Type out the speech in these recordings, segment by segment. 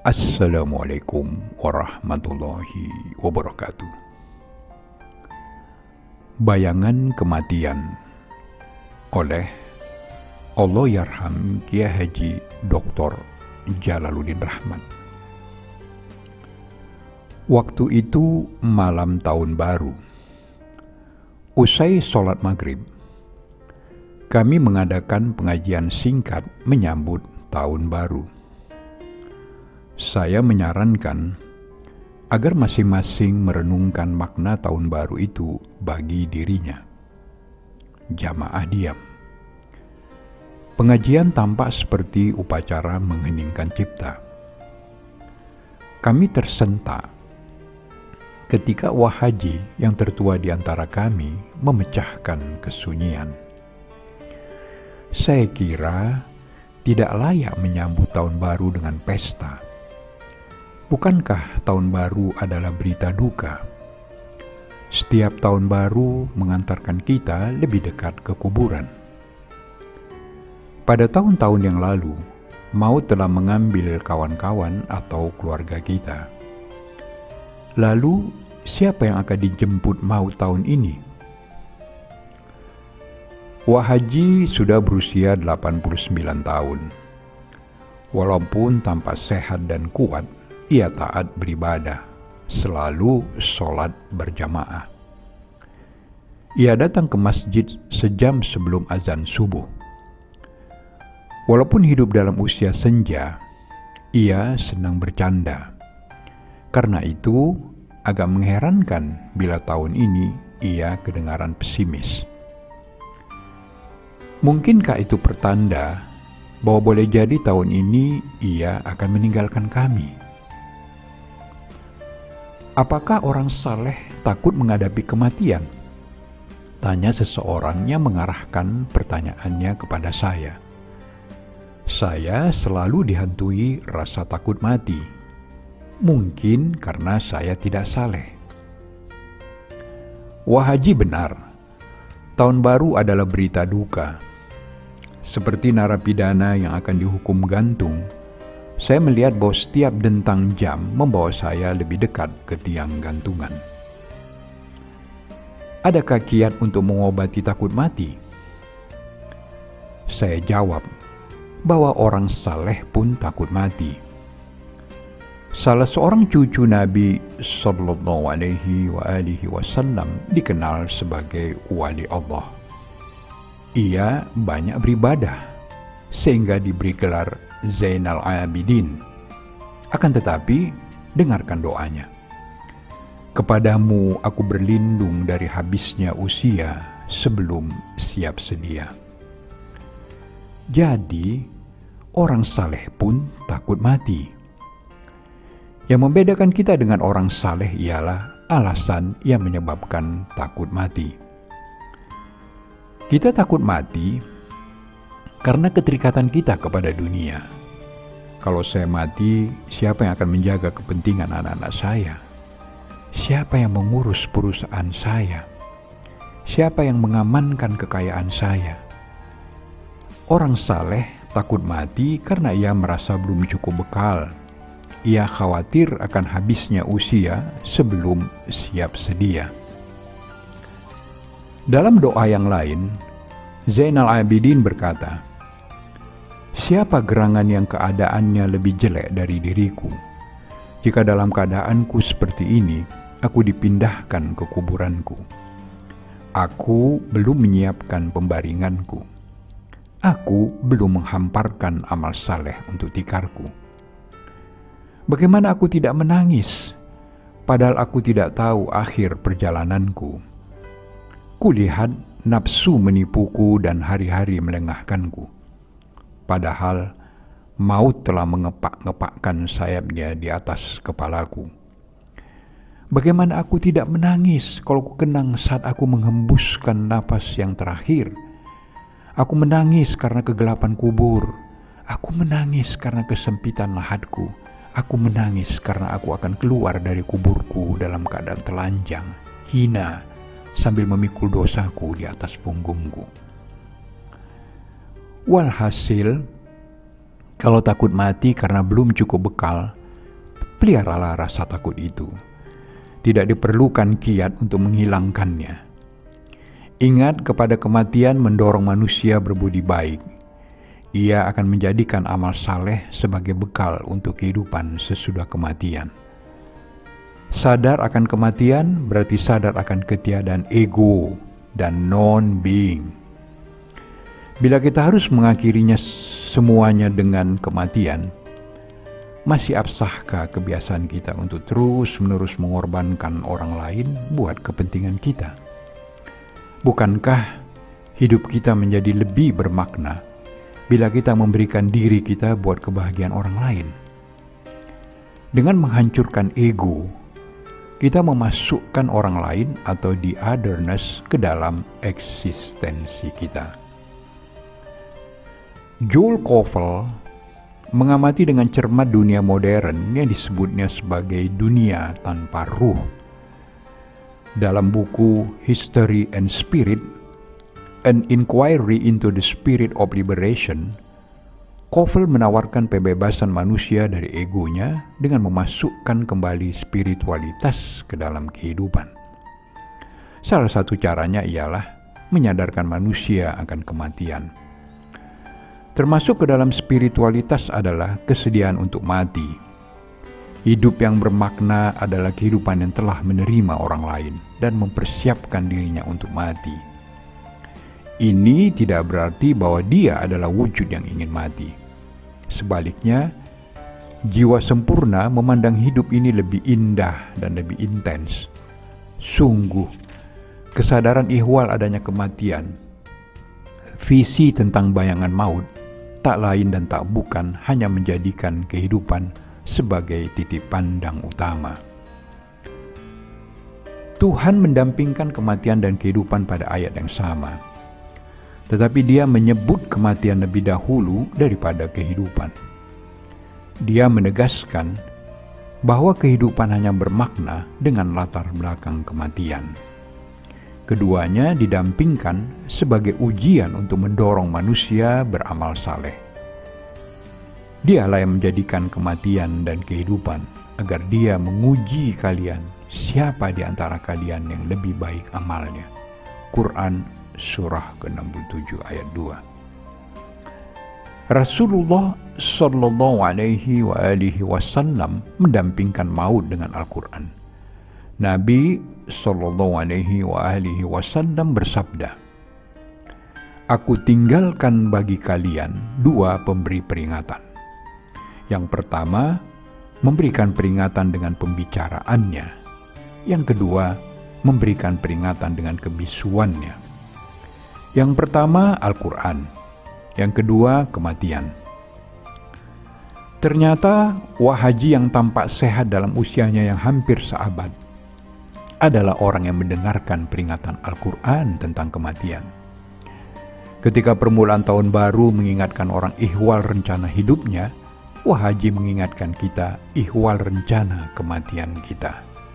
Assalamualaikum warahmatullahi wabarakatuh. Bayangan Kematian oleh Allahyarham Kiai Haji Dr. Jalaluddin Rahmat. Waktu itu malam tahun baru. Usai sholat maghrib, kami mengadakan pengajian singkat menyambut tahun baru. Saya menyarankan agar masing-masing merenungkan makna tahun baru itu bagi dirinya. Jamaah diam. Pengajian tampak seperti upacara mengheningkan cipta. Kami tersentak ketika Wahaji yang tertua di antara kami memecahkan kesunyian. Saya kira tidak layak menyambut tahun baru dengan pesta. Bukankah tahun baru adalah berita duka? Setiap tahun baru mengantarkan kita lebih dekat ke kuburan. Pada tahun-tahun yang lalu, maut telah mengambil kawan-kawan atau keluarga kita. Lalu, siapa yang akan dijemput maut tahun ini? Wahaji sudah berusia 89 tahun. Walaupun tampak sehat dan kuat, ia taat beribadah, selalu sholat berjamaah. Ia datang ke masjid sejam sebelum azan subuh. Walaupun hidup dalam usia senja, ia senang bercanda. Karena itu, agak mengherankan bila tahun ini ia kedengaran pesimis. Mungkinkah itu pertanda bahwa boleh jadi tahun ini ia akan meninggalkan kami? Apakah orang saleh takut menghadapi kematian? Tanya seseorang yang mengarahkan pertanyaannya kepada saya. Saya selalu dihantui rasa takut mati. Mungkin karena saya tidak saleh. Wahaji benar. Tahun baru adalah berita duka. Seperti narapidana yang akan dihukum gantung, saya melihat bahwa setiap dentang jam membawa saya lebih dekat ke tiang gantungan. Adakah kiat untuk mengobati takut mati? Saya jawab bahwa orang saleh pun takut mati. Salah seorang cucu Nabi Sallallahu Alaihi Wasallam dikenal sebagai wali Allah. Ia banyak beribadah sehingga diberi gelar Zainal Abidin. Akan tetapi, dengarkan doanya. Kepadamu aku berlindung dari habisnya usia sebelum siap sedia. Jadi, orang saleh pun takut mati. Yang membedakan kita dengan orang saleh ialah alasan yang menyebabkan takut mati. Kita takut mati karena keterikatan kita kepada dunia. Kalau saya mati, siapa yang akan menjaga kepentingan anak-anak saya? Siapa yang mengurus perusahaan saya? Siapa yang mengamankan kekayaan saya? Orang saleh takut mati karena ia merasa belum cukup bekal. Ia khawatir akan habisnya usia sebelum siap sedia. Dalam doa yang lain, Zainal Abidin berkata, "Siapa gerangan yang keadaannya lebih jelek dari diriku? Jika dalam keadaanku seperti ini, aku dipindahkan ke kuburanku. Aku belum menyiapkan pembaringanku. Aku belum menghamparkan amal saleh untuk tikarku. Bagaimana aku tidak menangis, padahal aku tidak tahu akhir perjalananku. Kulihat nafsu menipuku dan hari-hari melengahkanku. Padahal maut telah mengepak-ngepakkan sayapnya di atas kepalaku. Bagaimana aku tidak menangis kalau ku kenang saat aku menghembuskan napas yang terakhir. Aku menangis karena kegelapan kubur. Aku menangis karena kesempitan lahatku. Aku menangis karena aku akan keluar dari kuburku dalam keadaan telanjang, hina, sambil memikul dosaku di atas punggungku." Walhasil, kalau takut mati karena belum cukup bekal, peliharalah rasa takut itu. Tidak diperlukan kiat untuk menghilangkannya. Ingat kepada kematian mendorong manusia berbudi baik. Ia akan menjadikan amal saleh sebagai bekal untuk kehidupan sesudah kematian. Sadar akan kematian berarti sadar akan ketiadaan ego dan non-being. Bila kita harus mengakhirinya semuanya dengan kematian, masih absahkah kebiasaan kita untuk terus-menerus mengorbankan orang lain buat kepentingan kita? Bukankah hidup kita menjadi lebih bermakna bila kita memberikan diri kita buat kebahagiaan orang lain? Dengan menghancurkan ego, kita memasukkan orang lain atau the otherness ke dalam eksistensi kita. Joel Kovel mengamati dengan cermat dunia modern yang disebutnya sebagai dunia tanpa ruh. Dalam buku History and Spirit, An Inquiry into the Spirit of Liberation, Kovel menawarkan pembebasan manusia dari egonya dengan memasukkan kembali spiritualitas ke dalam kehidupan. Salah satu caranya ialah menyadarkan manusia akan kematian. Termasuk ke dalam spiritualitas adalah kesediaan untuk mati. Hidup yang bermakna adalah kehidupan yang telah menerima orang lain dan mempersiapkan dirinya untuk mati. Ini tidak berarti bahwa dia adalah wujud yang ingin mati. Sebaliknya, jiwa sempurna memandang hidup ini lebih indah dan lebih intens. Sungguh, kesadaran ihwal adanya kematian, visi tentang bayangan maut, tak lain dan tak bukan hanya menjadikan kehidupan sebagai titik pandang utama. Tuhan mendampingkan kematian dan kehidupan pada ayat yang sama, tetapi Dia menyebut kematian lebih dahulu daripada kehidupan. Dia menegaskan bahwa kehidupan hanya bermakna dengan latar belakang kematian. Keduanya didampingkan sebagai ujian untuk mendorong manusia beramal saleh. Dialah yang menjadikan kematian dan kehidupan agar Dia menguji kalian siapa di antara kalian yang lebih baik amalnya. Quran surah ke-67 ayat 2. Rasulullah sallallahu alaihi wasallam mendampingkan maut dengan Al-Quran. Nabi sallallahu alaihi wasallam bersabda, "Aku tinggalkan bagi kalian dua pemberi peringatan. Yang pertama, memberikan peringatan dengan pembicaraannya. Yang kedua, memberikan peringatan dengan kebisuannya. Yang pertama Al-Quran, yang kedua kematian." Ternyata Wahaji yang tampak sehat dalam usianya yang hampir seabad adalah orang yang mendengarkan peringatan Al-Quran tentang kematian. Ketika permulaan tahun baru mengingatkan orang ihwal rencana hidupnya, Wahaji mengingatkan kita ihwal rencana kematian kita.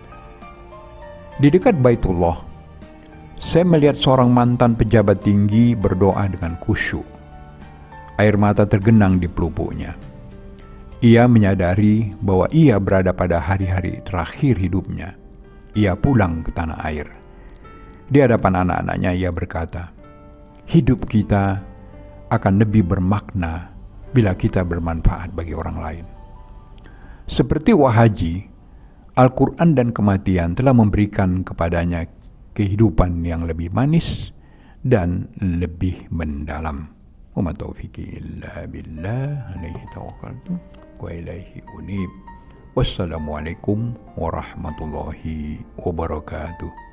Di dekat Baitullah, saya melihat seorang mantan pejabat tinggi berdoa dengan khusyuk. Air mata tergenang di pelupuknya. Ia menyadari bahwa ia berada pada hari-hari terakhir hidupnya. Ia pulang ke tanah air. Di hadapan anak-anaknya ia berkata, "Hidup kita akan lebih bermakna bila kita bermanfaat bagi orang lain." Seperti Wahaji, Al-Quran dan kematian telah memberikan kepadanya kehidupan yang lebih manis dan lebih mendalam. Wa ma taufiqi illa billah, alaihi tawakkaltu wa ilaihi unib. Wassalamualaikum warahmatullahi wabarakatuh.